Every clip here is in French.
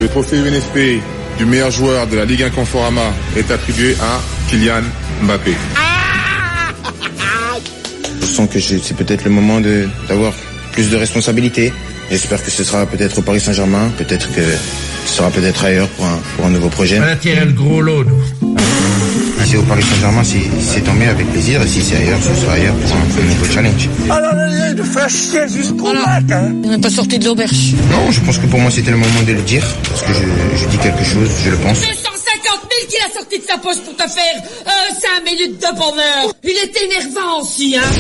Le trophée UNSP du meilleur joueur de la Ligue 1 Conforama est attribué à Kylian Mbappé. Je sens que c'est peut-être le moment d'avoir plus de responsabilités. J'espère que ce sera peut-être au Paris Saint-Germain, peut-être que ce sera peut-être ailleurs pour un nouveau projet. On a tiré le gros lot, nous. Si c'est au Paris Saint-Germain, c'est tant mieux, avec plaisir. Et si c'est ailleurs, ce sera ailleurs pour un nouveau challenge. Alors, il nous fait chier jusqu'au lac, hein. On n'est pas sorti de l'auberge. Non, je pense que pour moi, c'était le moment de le dire. Parce que je dis quelque chose, je le pense. 250 000 qu'il a sorti de sa poche pour te faire 5 minutes de bonheur. Il est énervant aussi, hein.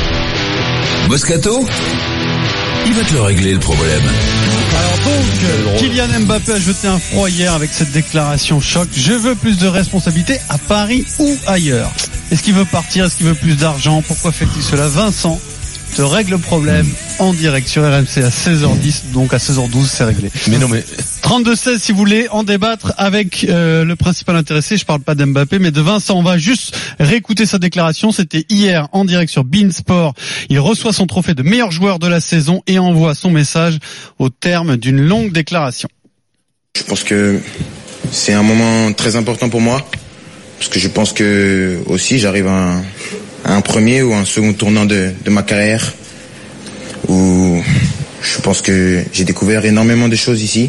Moscato, il va te le régler, le problème. Alors donc, Kylian Mbappé a jeté un froid hier avec cette déclaration choc. Je veux plus de responsabilités à Paris ou ailleurs. Est-ce qu'il veut partir? Est-ce qu'il veut plus d'argent? Pourquoi fait-il cela? Vincent te règle le problème en direct sur RMC à 16h10, donc à 16h12 c'est réglé. Mais non mais 32-16 si vous voulez en débattre avec le principal intéressé. Je parle pas d'Mbappé mais de Vincent. On va juste réécouter sa déclaration. C'était hier en direct sur beIN Sport. Il reçoit son trophée de meilleur joueur de la saison et envoie son message au terme d'une longue déclaration. Je pense que c'est un moment très important pour moi parce que je pense que aussi j'arrive à un premier ou un second tournant de ma carrière où je pense que j'ai découvert énormément de choses ici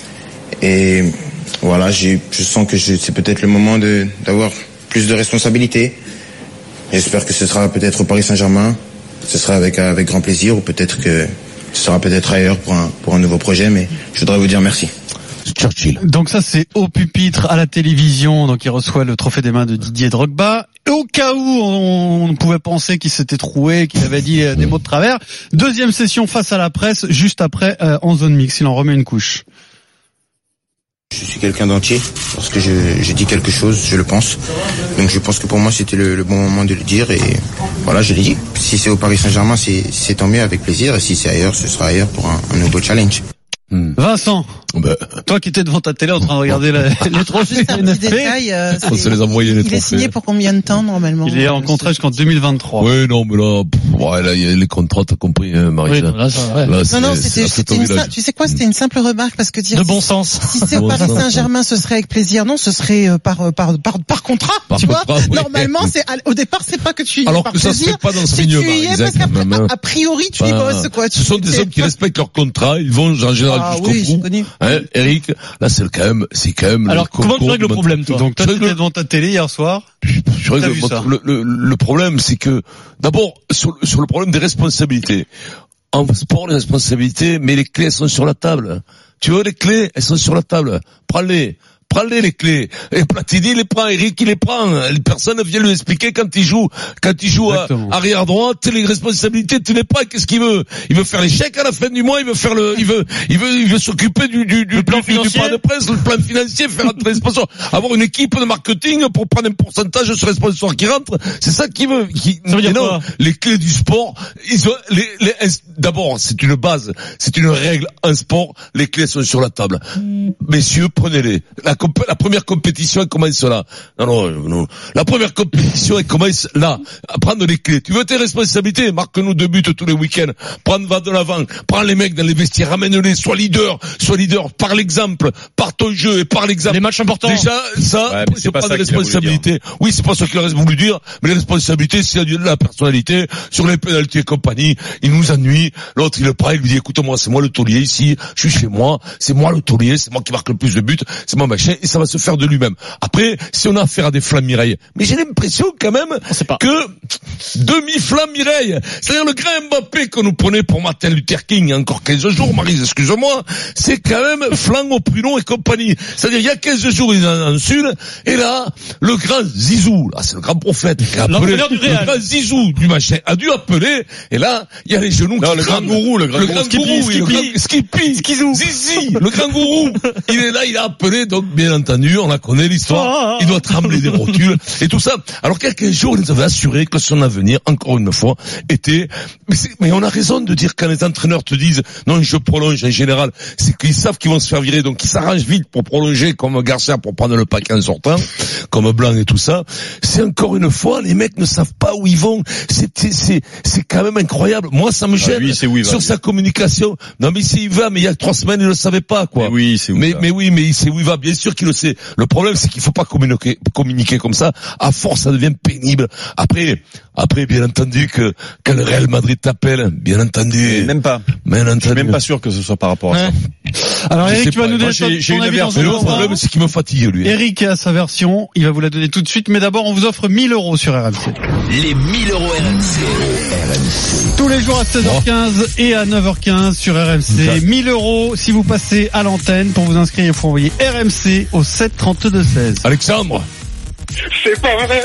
et voilà, je sens que c'est peut-être le moment d'avoir plus de responsabilités. J'espère que ce sera peut-être au Paris Saint-Germain, ce sera avec grand plaisir ou peut-être que ce sera peut-être ailleurs pour un nouveau projet, mais je voudrais vous dire merci. Churchill. Donc ça c'est au pupitre à la télévision, donc il reçoit le trophée des mains de Didier Drogba. Et au cas où on pouvait penser qu'il s'était troué, qu'il avait dit des mots de travers, deuxième session face à la presse, juste après en zone mixte, il en remet une couche. Je suis quelqu'un d'entier, parce que je dis quelque chose, je le pense. Donc je pense que pour moi c'était le bon moment de le dire et voilà, je l'ai dit. Si c'est au Paris Saint-Germain, c'est tant mieux, avec plaisir, et si c'est ailleurs, ce sera ailleurs pour un nouveau challenge. Vincent, toi qui étais devant ta télé en train de regarder les trophées juste un petit détail, il est signé pour combien de temps normalement? Il est en contrat jusqu'en 2023. Oui, non, mais là, il y a les contrats, t'as compris, Marie. Oui, non, tu sais quoi, c'était une simple remarque parce que dire. De bon sens. Si c'est au Paris Saint-Germain, ce serait avec plaisir. Non, ce serait par contrat. Tu vois, normalement, au départ, c'est pas que tu y es par plaisir. Alors que ça se fait pas dans ce milieu, parce qu'a priori, tu y bosses, quoi. Ce sont des hommes qui respectent leur contrat, ils vont en général jusqu'au bout. Hein, Eric, là c'est quand même. Alors comment tu règles le problème, toi? Donc toi tu étais devant ta télé hier soir. Je règle le problème, c'est que d'abord sur le problème des responsabilités. En sport, les responsabilités, mais les clés elles sont sur la table. Tu veux les clés, elles sont sur la table. Prends-les les clés. Et Platini il les prend, Eric il les prend. Personne ne vient lui expliquer quand il joue arrière droite, les responsabilités tu n'es pas. Qu'est-ce qu'il veut? Il veut faire les chèques à la fin du mois, il veut s'occuper du plan de presse, le plan financier, faire entrer les sponsors, avoir une équipe de marketing pour prendre un pourcentage sur les sponsors qui rentrent. C'est ça qu'il veut. Ça veut dire quoi? Les clés du sport, d'abord, c'est une base, c'est une règle. Un sport, les clés sont sur la table. Messieurs, prenez-les. La première compétition, elle commence là. Non. La première compétition, elle commence là. Prendre les clés. Tu veux tes responsabilités? Marque-nous 2 buts tous les week-ends. Va de l'avant. Prends les mecs dans les vestiaires. Ramène-les. Sois leader. Par l'exemple. Par ton jeu et par l'exemple. Les matchs importants. Déjà, ça, c'est pas des responsabilités. Oui, c'est pas ce qu'il aurait voulu dire. Mais les responsabilités, c'est de la personnalité. Sur les pénaltys et compagnie. Il nous ennuie. L'autre, il le prend. Il lui dit, écoute-moi, c'est moi le taulier ici. Je suis chez moi. C'est moi le taulier. C'est moi qui marque le plus de buts. C'est moi machin. Et ça va se faire de lui-même. Après, si on a affaire à des flammes Mireille, mais j'ai l'impression quand même que demi-flamme Mireille, c'est-à-dire le grand Mbappé que nous prenait pour Martin Luther King il y a encore 15 jours, Maryse, excuse-moi, c'est quand même flanc au pruneau et compagnie. C'est-à-dire il y a 15 jours il en a une, et là, le grand Zizou, là c'est le grand prophète, le grand Zizou du machin, a dû appeler, et là, il y a les genoux qui le grand gourou, Skippy, Zizi, le grand gourou, il est là, il a appelé, donc bien entendu, on la connaît l'histoire, il doit trembler des rotules et tout ça. Alors quelques jours, ils nous avaient assuré que son avenir, encore une fois, était, mais on a raison de dire quand les entraîneurs te disent non, je prolonge en général, c'est qu'ils savent qu'ils vont se faire faire virer, donc il s'arrange vite pour prolonger comme Garcia pour prendre le paquet en sortant, comme Blanc et tout ça. C'est encore une fois, les mecs ne savent pas où ils vont. C'est quand même incroyable. Moi, ça me gêne sur sa communication. Non, mais il va, mais il y a 3 semaines, il le savait pas, quoi. Mais il sait où il va. Bien sûr qu'il le sait. Le problème, c'est qu'il faut pas communiquer comme ça. À force, ça devient pénible. Après, bien entendu que quand le Real Madrid t'appelle, bien entendu. Même pas. Je suis même pas sûr que ce soit par rapport à ça. Alors Eric, tu vas nous donner j'ai une avis version. Le problème, c'est qu'il me fatigue, lui. Eric a sa version. Il va vous la donner tout de suite. Mais d'abord, on vous offre 1 000 € sur RMC. Les 1 000 € RMC. Tous les jours à 16h15 et à 9h15 sur RMC. 1 000 € si vous passez à l'antenne. Pour vous inscrire, il faut envoyer RMC au 7 32 16. Alexandre. C'est pas vrai.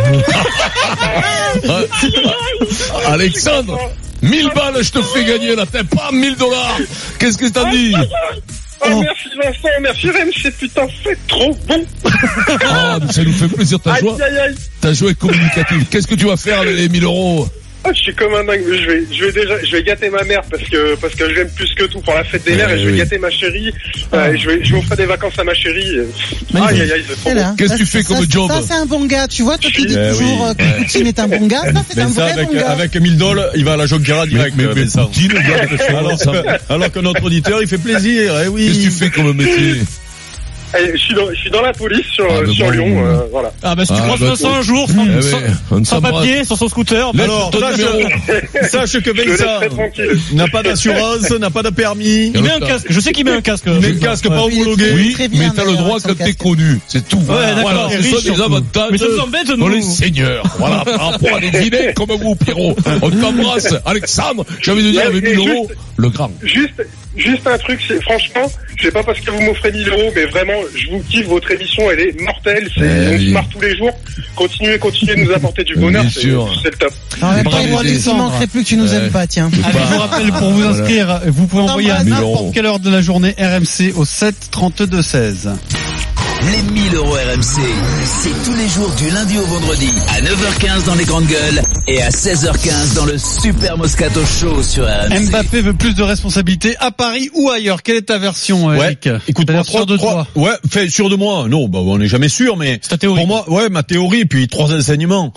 Alexandre, 1000 balles, je te fais gagner là, t'as pas 1000 $. Qu'est-ce que t'as dit? Merci Vincent, merci RMC, putain, c'est trop bon. Ça nous fait plaisir, t'as joué communicatif. Qu'est-ce que tu vas faire avec les 1000 €? Je suis comme un dingue. Je vais gâter ma mère parce que je l'aime plus que tout pour la fête des mères et je vais gâter ma chérie. Je vais offrir des vacances à ma chérie. Aïe, c'est trop bon. Qu'est-ce que tu fais comme job? Ça, c'est un bon gars. Tu vois, toi qui dis toujours que Poutine est un bon gars. Ça, c'est un vrai bon gars. Avec 1000 $, il va à la Jonquera direct. Mais Poutine, alors que notre auditeur, il fait plaisir. Eh oui. Qu'est-ce que tu fais comme métier? Je suis dans la police sur Lyon, voilà. Si tu croises Vincent un jour, sans papier, sur son scooter, alors, sache que Vincent n'a pas d'assurance, n'a pas de permis. Il met un casque. Je sais qu'il met un casque. Il met un casque pas homologué. Oui, mais t'as le droit quand t'es connu. C'est tout. Ouais, voilà, c'est ça des avantages. Mais ça nous embête, nous. Les seigneurs. Voilà, par rapport à des dîners comme vous, Pierrot. On t'embrasse. Alexandre, j'ai envie de dire avec 1000 €, le grand. Juste un truc, c'est franchement, c'est pas parce que vous m'offrez 1000 €, mais vraiment, je vous kiffe, votre émission, elle est mortelle, on se marre tous les jours. Continuez de nous apporter du bonheur, c'est le top. En même temps, il manquerait plus que tu nous aimes pas, tiens. Allez, je vous rappelle, pour vous inscrire, vous pouvez envoyer à n'importe quelle heure de la journée RMC au 7 32 16. Les 1000 € RMC, c'est tous les jours du lundi au vendredi à 9h15 dans les Grandes Gueules et à 16h15 dans le Super Moscato Show sur RMC. Mbappé veut plus de responsabilités à Paris ou ailleurs. Quelle est ta version, Eric? Écoute, sûr de toi. Ouais, sûr de moi. Non, on n'est jamais sûr, mais c'est ta théorie. Pour moi, ma théorie, puis 3 enseignements.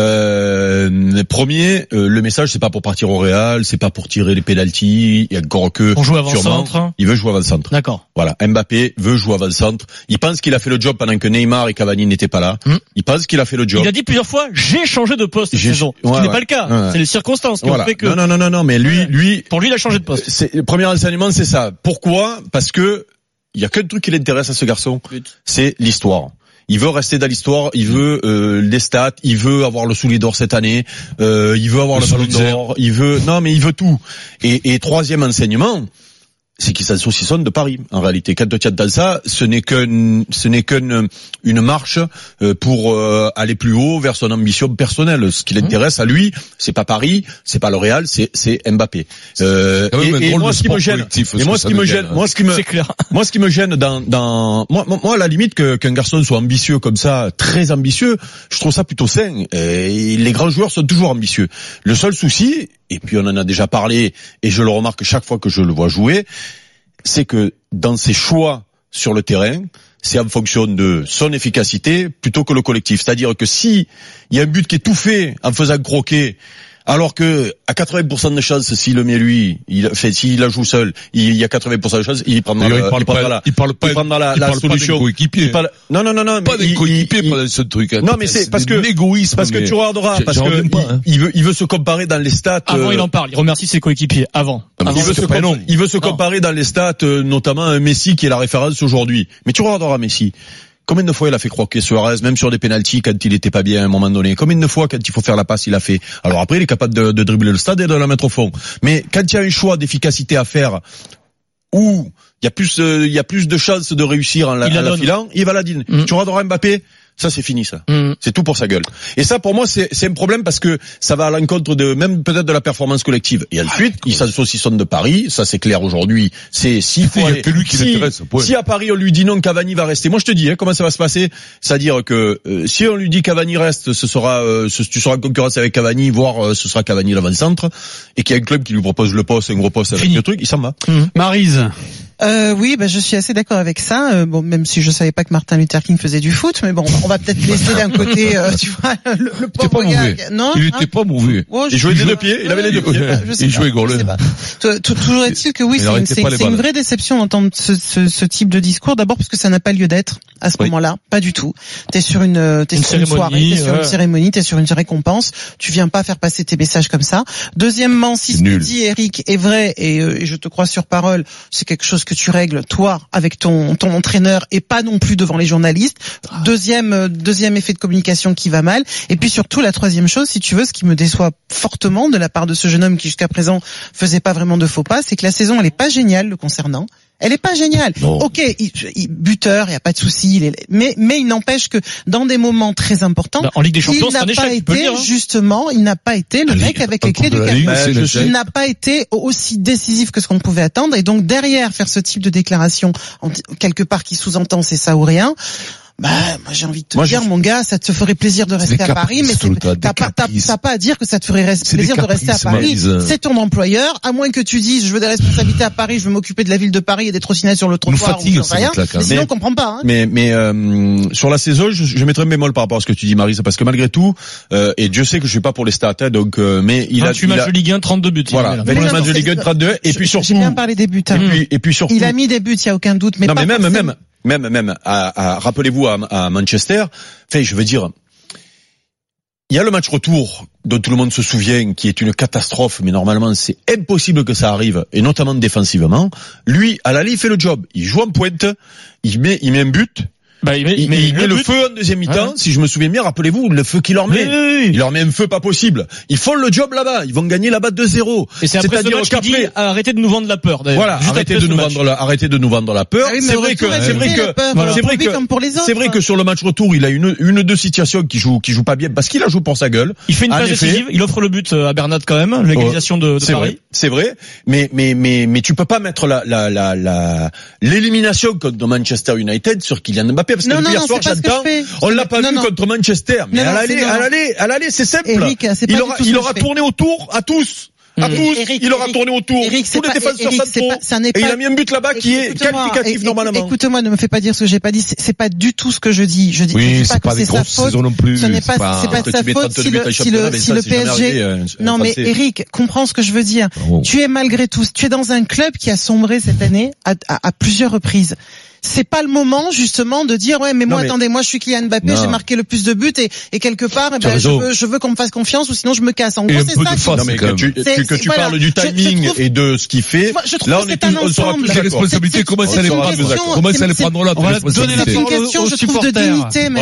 Premier, le message, c'est pas pour partir au Real, c'est pas pour tirer les pénaltys, il y a encore que pour jouer avant-centre. Il veut jouer avant-centre. D'accord. Voilà, Mbappé veut jouer avant-centre. Il pense qu'il a fait le job pendant que Neymar et Cavani n'étaient pas là. Il pense qu'il a fait le job. Il a dit plusieurs fois, j'ai changé de poste cette saison. Ce qui n'est pas le cas. Ouais. C'est les circonstances qui ont fait que... Non, mais lui... Pour lui, il a changé de poste. Le premier enseignement, c'est ça. Pourquoi? Parce que il y a qu'un truc qui l'intéresse à ce garçon. C'est l'histoire. Il veut rester dans l'histoire, il veut les stats, il veut avoir le Soulier d'or cette année, il veut avoir le Ballon d'or, il veut tout. Et troisième enseignement, c'est qu'il s'en saucissonne de Paris. En réalité, quand tu as dans ça, ce n'est qu'une marche pour aller plus haut vers son ambition personnelle. Ce qui l'intéresse à lui, c'est pas Paris, c'est pas le Real, c'est Mbappé. Et moi, ce qui me gêne, moi, ce qui me gêne dans moi, à la limite qu'un garçon soit ambitieux comme ça, très ambitieux, je trouve ça plutôt sain. Et les grands joueurs sont toujours ambitieux. Le seul souci, et puis on en a déjà parlé, et je le remarque chaque fois que je le vois jouer, c'est que dans ses choix sur le terrain, c'est en fonction de son efficacité plutôt que le collectif. C'est-à-dire que si il y a un but qui est tout fait en faisant croquer, alors que à 80% de chances, s'il le met lui, s'il la joue seul, il y a 80% de chances, il prendra la solution. Coéquipier. Non. Pas des coéquipiers pendant ce truc. Non, mais c'est parce que l'égoïsme. Parce que tu regarderas, parce que il veut se comparer dans les stats. Avant, il en parle. Il remercie ses coéquipiers. Avant. Il veut se comparer dans les stats, notamment un Messi qui est la référence aujourd'hui. Mais tu regarderas Messi. Combien de fois il a fait croquer Suarez, même sur des pénaltys quand il était pas bien à un moment donné? Combien de fois quand il faut faire la passe, il a fait? Alors après, il est capable de dribbler le stade et de la mettre au fond. Mais quand il y a un choix d'efficacité à faire, où il y a plus de chances de réussir en la filant, il va la dîner. Tu regarderas Mbappé, ça c'est fini ça. C'est tout pour sa gueule. Et ça pour moi c'est un problème parce que ça va à l'encontre de même peut-être de la performance collective. Et ensuite, il s'associssonne de Paris, ça c'est clair aujourd'hui. C'est si à Paris on lui dit non, Cavani va rester. Moi je te dis comment ça va se passer, c'est-à-dire que si on lui dit Cavani reste, tu seras en concurrence avec Cavani, voire ce sera Cavani l'avant-centre et qu'il y a un club qui lui propose le poste, un gros poste avec le truc, il s'en va. Maryse. Oui, je suis assez d'accord avec ça. Bon, même si je savais pas que Martin Luther King faisait du foot, mais bon, on va peut-être laisser d'un côté, tu vois, le pauvre gars. Non, il était pas mauvais. Il jouait des deux pieds, il avait les deux pieds. Il jouait Golden. Toujours est-il que oui, c'est une vraie déception d'entendre ce type de discours. D'abord parce que ça n'a pas lieu d'être à ce moment-là, pas du tout. T'es sur une soirée, t'es sur une cérémonie, t'es sur une récompense. Tu viens pas faire passer tes messages comme ça. Deuxièmement, si ce que dit Eric est vrai et je te crois sur parole, c'est quelque chose que tu règles toi avec ton entraîneur et pas non plus devant les journalistes. Deuxième effet de communication qui va mal. Et puis surtout la troisième chose, si tu veux, ce qui me déçoit fortement de la part de ce jeune homme qui jusqu'à présent faisait pas vraiment de faux pas, c'est que la saison elle est pas géniale le concernant. Elle est pas géniale. Non. Ok, buteur, il y a pas de souci. Mais il n'empêche que dans des moments très importants, en Ligue des Champions, il n'a pas été justement, il n'a pas été le mec avec les clés du camion. Il n'a pas été aussi décisif que ce qu'on pouvait attendre. Et donc derrière faire ce type de déclaration, quelque part qui sous-entend c'est ça ou rien. Moi j'ai envie de te dire, mon gars, ça te ferait plaisir de rester à Paris, mais t'as pas à dire que ça te ferait plaisir de rester à Paris. C'est ton employeur, à moins que tu dises, je veux des responsabilités à Paris, je veux m'occuper de la ville de Paris et des trottinettes sur le trottoir ou rien. Sinon, on comprend pas. Mais sur la saison, je mettrais un bémol par rapport à ce que tu dis, Maryse, parce que malgré tout, et Dieu sait que je suis pas pour les stats, donc, mais il a 28 matchs de Ligue 1, 32 buts. Voilà, 28 matchs de Ligue 1, 32, et puis surtout. J'ai bien parlé des buts. Et puis surtout. Il a mis des buts, il y a aucun doute, mais même rappelez-vous à Manchester, je veux dire, il y a le match retour dont tout le monde se souvient, qui est une catastrophe, mais normalement c'est impossible que ça arrive, et notamment défensivement. Lui, à l'aller, il fait le job. Il joue en pointe, il met un but. Il met le feu en deuxième mi-temps, si je me souviens bien, rappelez-vous, le feu qu'il leur met. Oui. Il leur met un feu pas possible. Ils font le job là-bas, ils vont gagner là-bas 2-0. Et c'est après ce match qu'il dit, arrêtez de nous vendre la peur, d'ailleurs. Voilà, arrêtez de nous vendre la peur. C'est vrai que sur le match retour, il a une deux situations qui joue pas bien, parce qu'il a joué pour sa gueule. Il fait une passe décisive, il offre le but à Bernat quand même, l'égalisation de Paris. C'est vrai, mais tu peux pas mettre l'élimination de Manchester United sur Kylian Mbappé. Parce que hier soir, j'entends, on l'a pas vu contre Manchester. Mais à l'aller, c'est simple. Eric, il aura tourné autour à tous. Eric, il aura tourné autour. Tous les défenseurs centraux. Et il a mis un but là-bas qui est qualificatif normalement. Écoute-moi, ne me fais pas dire ce que j'ai pas dit. C'est pas du tout ce que je dis. Je dis pas que c'est sa faute. Ce n'est pas de sa faute si le PSG. Non, mais Eric, comprends ce que je veux dire. Tu es malgré tout, tu es dans un club qui a sombré cette année à plusieurs reprises. C'est pas le moment justement de dire moi je suis Kylian Mbappé, j'ai marqué le plus de buts et quelque part je veux qu'on me fasse confiance ou sinon je me casse. En gros c'est ça. Que tu parles du timing et de ce qu'il fait. Là on sera plus les responsabilités. Comment ça les prendront là? On va donner la parole aux supporters.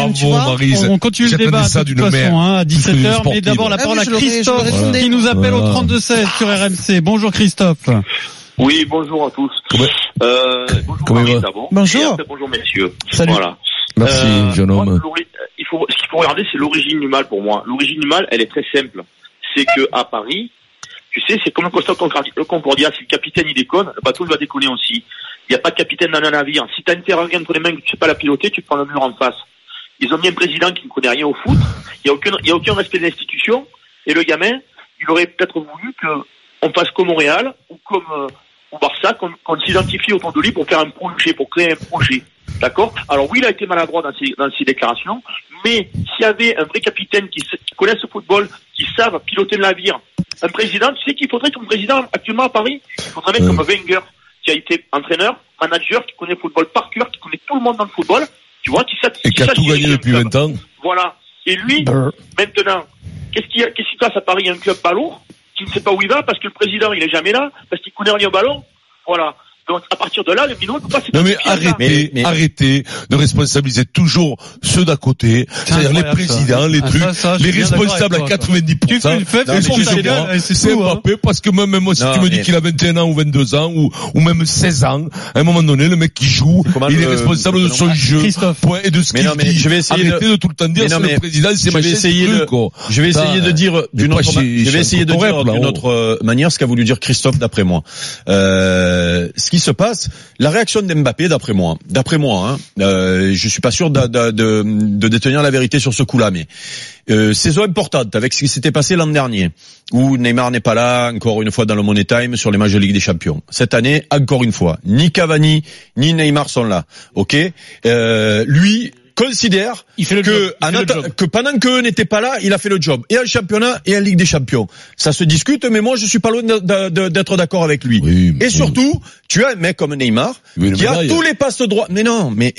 On continue le débat de toute façon à 17h, mais d'abord la parole à Christophe qui nous appelle au 32-16 sur RMC. Bonjour Christophe. Oui, bonjour à tous. Comment il va? Bonjour. Bonjour messieurs. Salut. Voilà. Merci, jeune homme. Ce qu'il faut regarder, c'est l'origine du mal pour moi. L'origine du mal, elle est très simple. C'est que à Paris, tu sais, c'est comme le Concordia. Si le capitaine il déconne, le bateau il va déconner aussi. Il n'y a pas de capitaine dans un navire. Si t'as une terrain entre les mains que tu sais pas la piloter, tu te prends le mur en face. Ils ont mis un président qui ne connaît rien au foot. Il y a aucun respect de l'institution. Et le gamin, il aurait peut-être voulu qu'on fasse comme au Real ou comme au Barça, qu'on s'identifie autour de lui pour faire un projet, pour créer un projet. D'accord? Alors oui, il a été maladroit dans ses déclarations, mais s'il y avait un vrai capitaine qui connaisse le football, qui savent piloter le navire, un président, tu sais qu'il faudrait comme président actuellement à Paris, il faudrait un mec comme Wenger, qui a été entraîneur, manager, qui connaît le football par cœur, qui connaît tout le monde dans le football, tu vois, qui a tout gagné depuis 20 ans. Voilà. Et lui, maintenant, qu'est-ce qui se passe à Paris? Il y a un club balourd qui ne sait pas où il va parce que le président il est jamais là, parce qu'il connaît rien au ballon. Voilà. Donc à partir de là, le minot ne peut pas Non mais arrêtez de responsabiliser toujours ceux d'à côté, c'est-à-dire les présidents, les trucs, les responsables à 90%. C'est Mbappé parce que même moi si tu me dis qu'il a 21 ans ou 22 ans ou même 16 ans, à un moment donné le mec qui joue, il est responsable de son jeu et de ce qu'il dit. Je vais essayer de tout le temps dire c'est le président, c'est machin. Je vais essayer de dire d'une autre manière ce qu'a voulu dire Christophe d'après moi. Ce qui se passe, la réaction d'Mbappé, d'après moi, je suis pas sûr de détenir la vérité sur ce coup-là, mais saison importante avec ce qui s'était passé l'an dernier, où Neymar n'est pas là, encore une fois dans le Money Time, sur les matchs de Ligue des Champions. Cette année, encore une fois, ni Cavani, ni Neymar sont là. Ok, lui considère que pendant qu'eux n'étaient pas là, il a fait le job. Et en championnat et en Ligue des Champions. Ça se discute, mais moi je suis pas loin d'être d'accord avec lui. Oui, et surtout, tu as un mec comme Neymar qui a tous les passes droits. Mais non, mais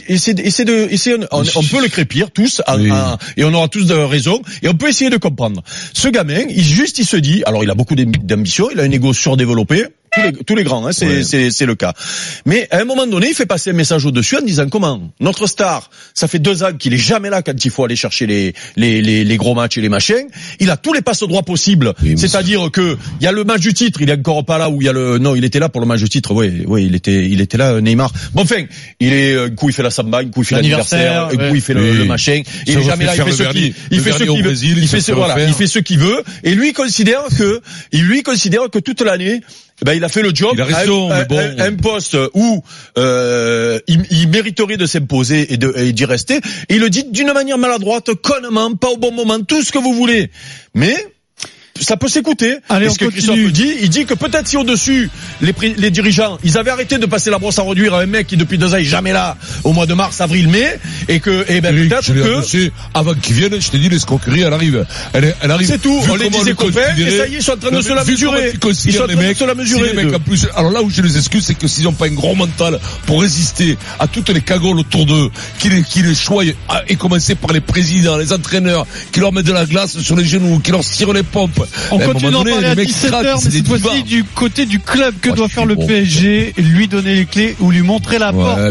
on peut le crépir tous, et on aura tous raison, et on peut essayer de comprendre. Ce gamin, il se dit, alors il a beaucoup d'ambition, il a un ego surdéveloppé. Tous les grands, c'est le cas. Mais à un moment donné, il fait passer un message au-dessus en disant comment notre star, ça fait 2 ans qu'il est jamais là quand il faut aller chercher les gros matchs et les machins. Il a tous les passes droits possibles. Oui, c'est-à-dire que il y a le match du titre, il est encore pas là où il y a non, il était là pour le match du titre. Oui, il était là, Neymar. Bon, enfin, un coup il fait la samba, un coup il fait l'anniversaire, un coup il fait le machin. Il est jamais là, il fait ce qu'il veut. Il fait ce qu'il veut. Et lui, il considère que toute l'année, il a fait le job à un poste où il mériterait de s'imposer et d'y rester. Et il le dit d'une manière maladroite, connement, pas au bon moment, tout ce que vous voulez. Mais ça peut s'écouter. Allez, ce que Christophe dit, il dit que peut-être si au-dessus les dirigeants, ils avaient arrêté de passer la brosse à reduire à un mec qui depuis 2 ans est jamais là au mois de mars, avril, mai, et que peut-être que avant qu'ils viennent, je t'ai dit l'escroquerie, elle arrive. Elle arrive. C'est tout. On les disait copains, et ça y est, ils sont en train de se la mesurer. Ils sont en train de se la mesurer. Les mecs, en plus, alors là où je les excuse, c'est que s'ils n'ont pas un gros mental pour résister à toutes les cagoles autour d'eux, qui les choient, et commencer par les présidents, les entraîneurs, qui leur mettent de la glace sur les genoux, qui leur tirent les pompes. On continue d'en parler à 17h, mais cette fois-ci du côté du club que doit faire le PSG, lui donner les clés ou lui montrer la porte.